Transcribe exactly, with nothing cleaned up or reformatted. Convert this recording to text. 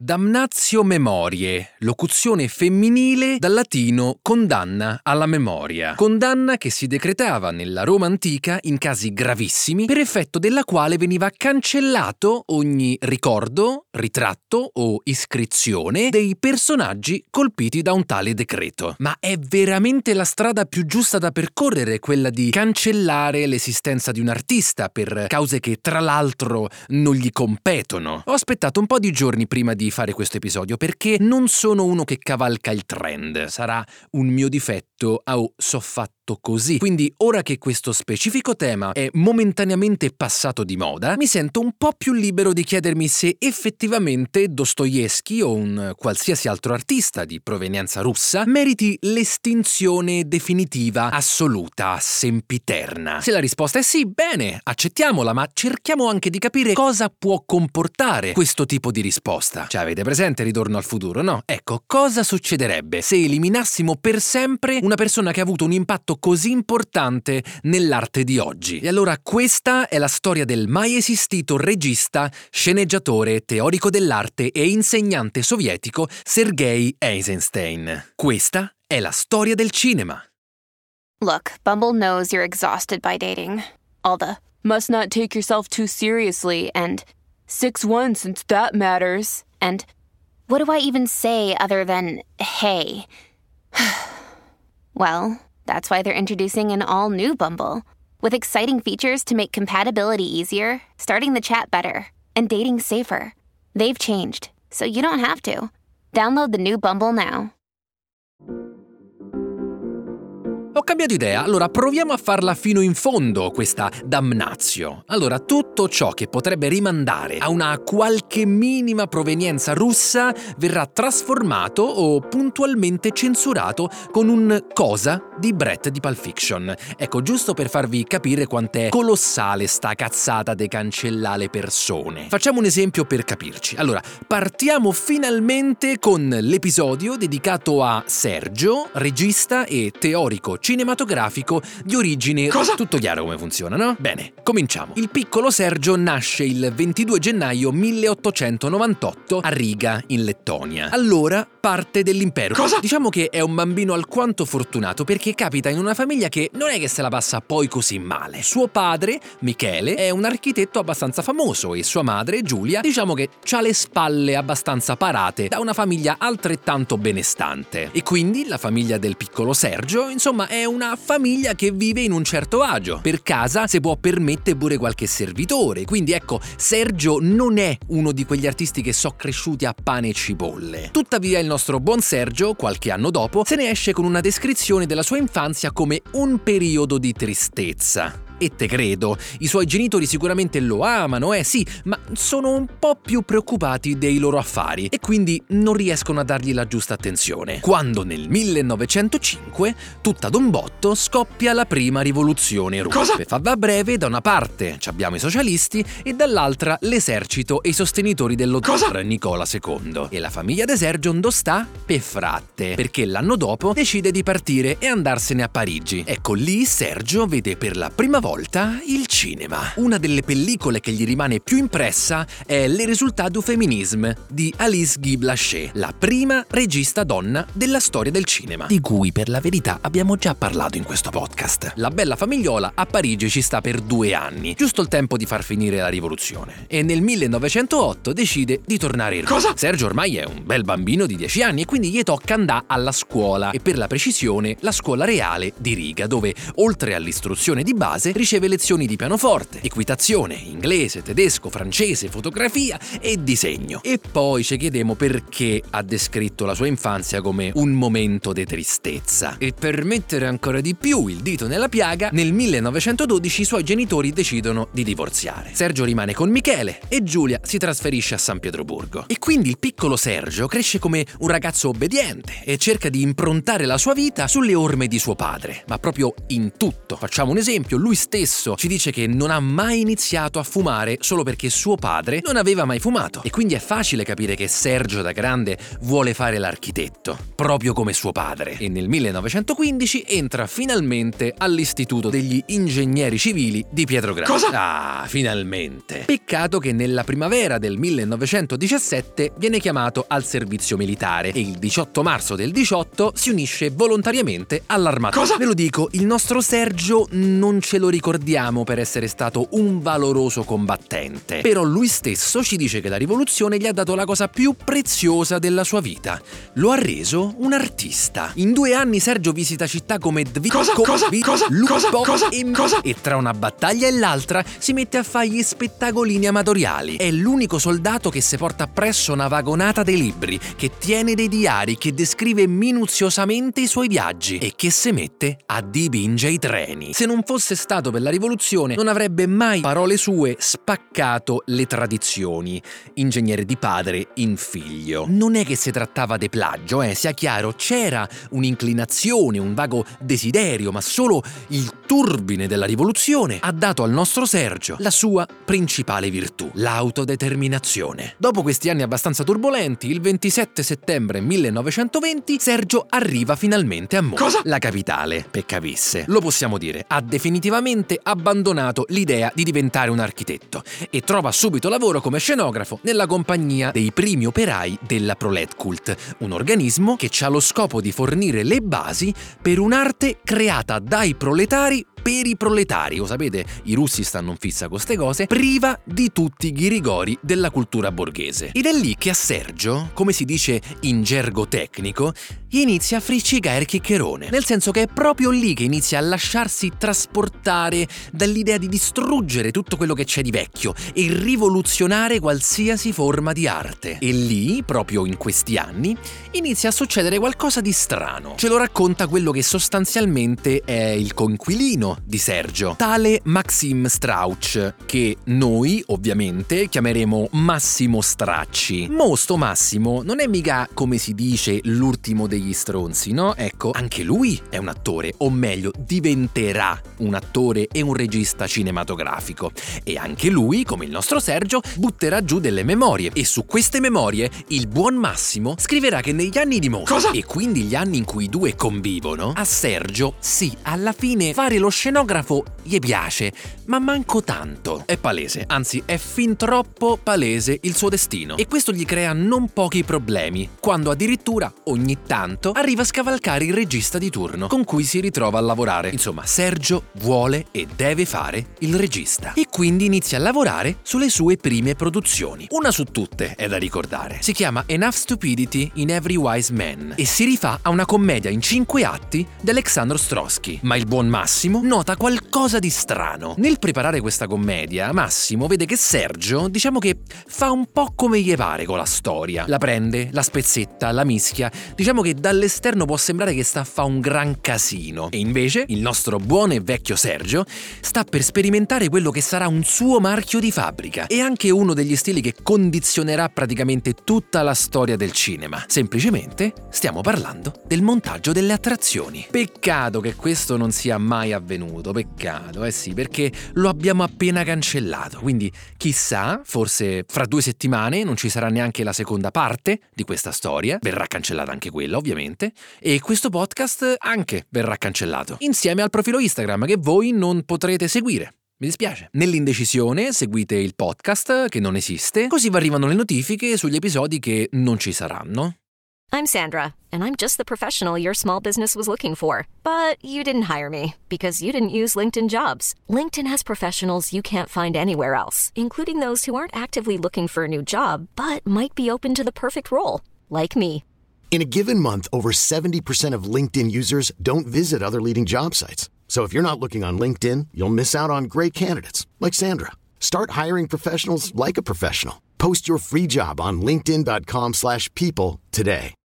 Damnatio memoriae, locuzione femminile dal latino condanna alla memoria. Condanna che si decretava nella Roma antica in casi gravissimi, per effetto della quale veniva cancellato ogni ricordo, ritratto o iscrizione dei personaggi colpiti da un tale decreto. Ma è veramente la strada più giusta da percorrere quella di cancellare l'esistenza di un artista per cause che tra l'altro non gli competono? Ho aspettato un po' di giorni prima di fare questo episodio perché non sono uno che cavalca il trend. Sarà un mio difetto o so fatto così. Quindi ora che questo specifico tema è momentaneamente passato di moda, mi sento un po' più libero di chiedermi se effettivamente Dostoevskij o un qualsiasi altro artista di provenienza russa meriti l'estinzione definitiva, assoluta, sempiterna. Se la risposta è sì, bene, accettiamola, ma cerchiamo anche di capire cosa può comportare questo tipo di risposta. Cioè, avete presente Ritorno al futuro, no? Ecco, cosa succederebbe se eliminassimo per sempre una persona che ha avuto un impatto così importante nell'arte di oggi? E allora questa è la storia del mai esistito regista, sceneggiatore, teorico dell'arte e insegnante sovietico Sergei Eisenstein. Questa è la storia del cinema. Look, Bumble knows you're exhausted by dating. All the must not take yourself too seriously and six one since that matters. And what do I even say other than hey? Well, that's why they're introducing an all-new Bumble, with exciting features to make compatibility easier, starting the chat better, and dating safer. They've changed, so you don't have to. Download the new Bumble now. Ho cambiato idea, allora proviamo a farla fino in fondo questa damnatio. Allora, tutto ciò che potrebbe rimandare a una qualche minima provenienza russa verrà trasformato o puntualmente censurato con un cosa di Brett di Pulp Fiction. Ecco, giusto per farvi capire quant'è colossale sta cazzata de cancellare persone. Facciamo un esempio per capirci. Allora, partiamo finalmente con l'episodio dedicato a Sergio, regista e teorico cinematografico di origine... Cosa? Tutto chiaro come funziona, no? Bene, cominciamo. Il piccolo Sergio nasce il ventidue gennaio milleottocentonovantotto a Riga, in Lettonia. Allora parte dell'impero. Cosa? Diciamo che è un bambino alquanto fortunato perché capita in una famiglia che non è che se la passa poi così male. Suo padre, Michele, è un architetto abbastanza famoso e sua madre, Giulia, diciamo che ha le spalle abbastanza parate da una famiglia altrettanto benestante. E quindi la famiglia del piccolo Sergio, insomma, è una famiglia che vive in un certo agio. Per casa si può permettere pure qualche servitore, quindi ecco, Sergio non è uno di quegli artisti che so cresciuti a pane e cipolle. Tuttavia il nostro buon Sergio, qualche anno dopo, se ne esce con una descrizione della sua infanzia come un periodo di tristezza. E te credo, i suoi genitori sicuramente lo amano, eh sì, ma sono un po' più preoccupati dei loro affari e quindi non riescono a dargli la giusta attenzione. Quando nel millenovecentocinque, tutta d'un botto, scoppia la prima rivoluzione russa. Cosa? Per farla breve, da una parte abbiamo i socialisti e dall'altra l'esercito e i sostenitori dello zar Nicola secondo. E la famiglia de Sergio non sta per fratte, perché l'anno dopo decide di partire e andarsene a Parigi. Ecco, lì Sergio vede per la prima volta il cinema. Una delle pellicole che gli rimane più impressa è Le résultats du féminisme di Alice Guy Blaché, la prima regista donna della storia del cinema, di cui per la verità abbiamo già parlato in questo podcast. La bella famigliola a Parigi ci sta per due anni, giusto il tempo di far finire la rivoluzione, e nel millenovecentootto decide di tornare in Roma. Cosa? Sergio ormai è un bel bambino di dieci anni e quindi gli tocca andare alla scuola, e per la precisione la scuola reale di Riga, dove oltre all'istruzione di base riceve lezioni di pianoforte, equitazione, inglese, tedesco, francese, fotografia e disegno. E poi ci chiediamo perché ha descritto la sua infanzia come un momento di tristezza. E per mettere ancora di più il dito nella piaga, nel millenovecentododici i suoi genitori decidono di divorziare. Sergio rimane con Michele e Giulia si trasferisce a San Pietroburgo. E quindi il piccolo Sergio cresce come un ragazzo obbediente e cerca di improntare la sua vita sulle orme di suo padre, ma proprio in tutto. Facciamo un esempio, lui stesso ci dice che non ha mai iniziato a fumare solo perché suo padre non aveva mai fumato, e quindi è facile capire che Sergio da grande vuole fare l'architetto, proprio come suo padre. E nel millenovecentoquindici entra finalmente all'Istituto degli Ingegneri Civili di Pietrogrado. Cosa? Ah, finalmente. Peccato che nella primavera del millenovecentodiciassette viene chiamato al servizio militare e il diciotto marzo del diciotto si unisce volontariamente all'armata. Cosa? Ve lo dico, il nostro Sergio non ce lo ricordiamo per essere stato un valoroso combattente, però lui stesso ci dice che la rivoluzione gli ha dato la cosa più preziosa della sua vita: lo ha reso un artista. In due anni Sergio visita città come Dvitko, Cosa? Cosa? Cosa? Cosa? Cosa? e, Cosa? e tra una battaglia e l'altra si mette a fare gli spettacolini amatoriali. È l'unico soldato che si porta appresso una vagonata dei libri, che tiene dei diari, che descrive minuziosamente i suoi viaggi e che si mette a dipingere i treni. Se non fosse stato per la rivoluzione non avrebbe mai, parole sue, spaccato le tradizioni. Ingegnere di padre in figlio. Non è che si trattava di plagio, eh, sia chiaro, c'era un'inclinazione, un vago desiderio, ma solo il turbine della rivoluzione ha dato al nostro Sergio la sua principale virtù, l'autodeterminazione. Dopo questi anni abbastanza turbolenti, il ventisette settembre millenovecentoventi, Sergio arriva finalmente a Mo, Cosa? la capitale, per capisse. Lo possiamo dire, ha definitivamente abbandonato l'idea di diventare un architetto e trova subito lavoro come scenografo nella compagnia dei primi operai della Proletkult, un organismo che ha lo scopo di fornire le basi per un'arte creata dai proletari per i proletari. Lo sapete, i russi stanno in fissa con queste cose, priva di tutti i ghirigori della cultura borghese. Ed è lì che a Sergio, come si dice in gergo tecnico, gli inizia a friccicare il chiccherone, nel senso che è proprio lì che inizia a lasciarsi trasportare dall'idea di distruggere tutto quello che c'è di vecchio e rivoluzionare qualsiasi forma di arte. E lì, proprio in questi anni, inizia a succedere qualcosa di strano. Ce lo racconta quello che sostanzialmente è il coinquilino di Sergio, tale Maxim Strauch, che noi ovviamente chiameremo Massimo Stracci. Mo sto Massimo non è mica, come si dice, l'ultimo degli stronzi, no? Ecco, anche lui è un attore, o meglio diventerà un attore e un regista cinematografico, e anche lui, come il nostro Sergio, butterà giù delle memorie, e su queste memorie il buon Massimo scriverà che negli anni di Mo, Cosa? e quindi gli anni in cui i due convivono, a Sergio sì, alla fine fare lo scenografo gli piace, ma manco tanto. È palese, anzi è fin troppo palese il suo destino, e questo gli crea non pochi problemi, quando addirittura ogni tanto arriva a scavalcare il regista di turno con cui si ritrova a lavorare. Insomma, Sergio vuole e deve fare il regista, e quindi inizia a lavorare sulle sue prime produzioni. Una su tutte è da ricordare, si chiama Enough Stupidity in Every Wise Man e si rifà a una commedia in cinque atti di Alexandro Strosky, ma il buon Massimo nota qualcosa di strano. Nel preparare questa commedia, Massimo vede che Sergio, diciamo che fa un po' come gli pare con la storia. La prende, la spezzetta, la mischia. Diciamo che dall'esterno può sembrare che sta a fa un gran casino. E invece il nostro buono e vecchio Sergio sta per sperimentare quello che sarà un suo marchio di fabbrica e anche uno degli stili che condizionerà praticamente tutta la storia del cinema. Semplicemente stiamo parlando del montaggio delle attrazioni. Peccato che questo non sia mai avvenuto, peccato, eh sì, perché lo abbiamo appena cancellato, quindi chissà, forse fra due settimane non ci sarà neanche la seconda parte di questa storia, verrà cancellata anche quella ovviamente, e questo podcast anche verrà cancellato, insieme al profilo Instagram che voi non potrete seguire. Mi dispiace. Nell'indecisione seguite il podcast che non esiste, così vi arrivano le notifiche sugli episodi che non ci saranno. I'm Sandra, and I'm just the professional your small business was looking for. But you didn't hire me because you didn't use LinkedIn Jobs. LinkedIn has professionals you can't find anywhere else, including those who aren't actively looking for a new job, but might be open to the perfect role, like me. In a given month, over seventy percent of LinkedIn users don't visit other leading job sites. So if you're not looking on LinkedIn, you'll miss out on great candidates like Sandra. Start hiring professionals like a professional. Post your free job on linkedin dot com slash people today.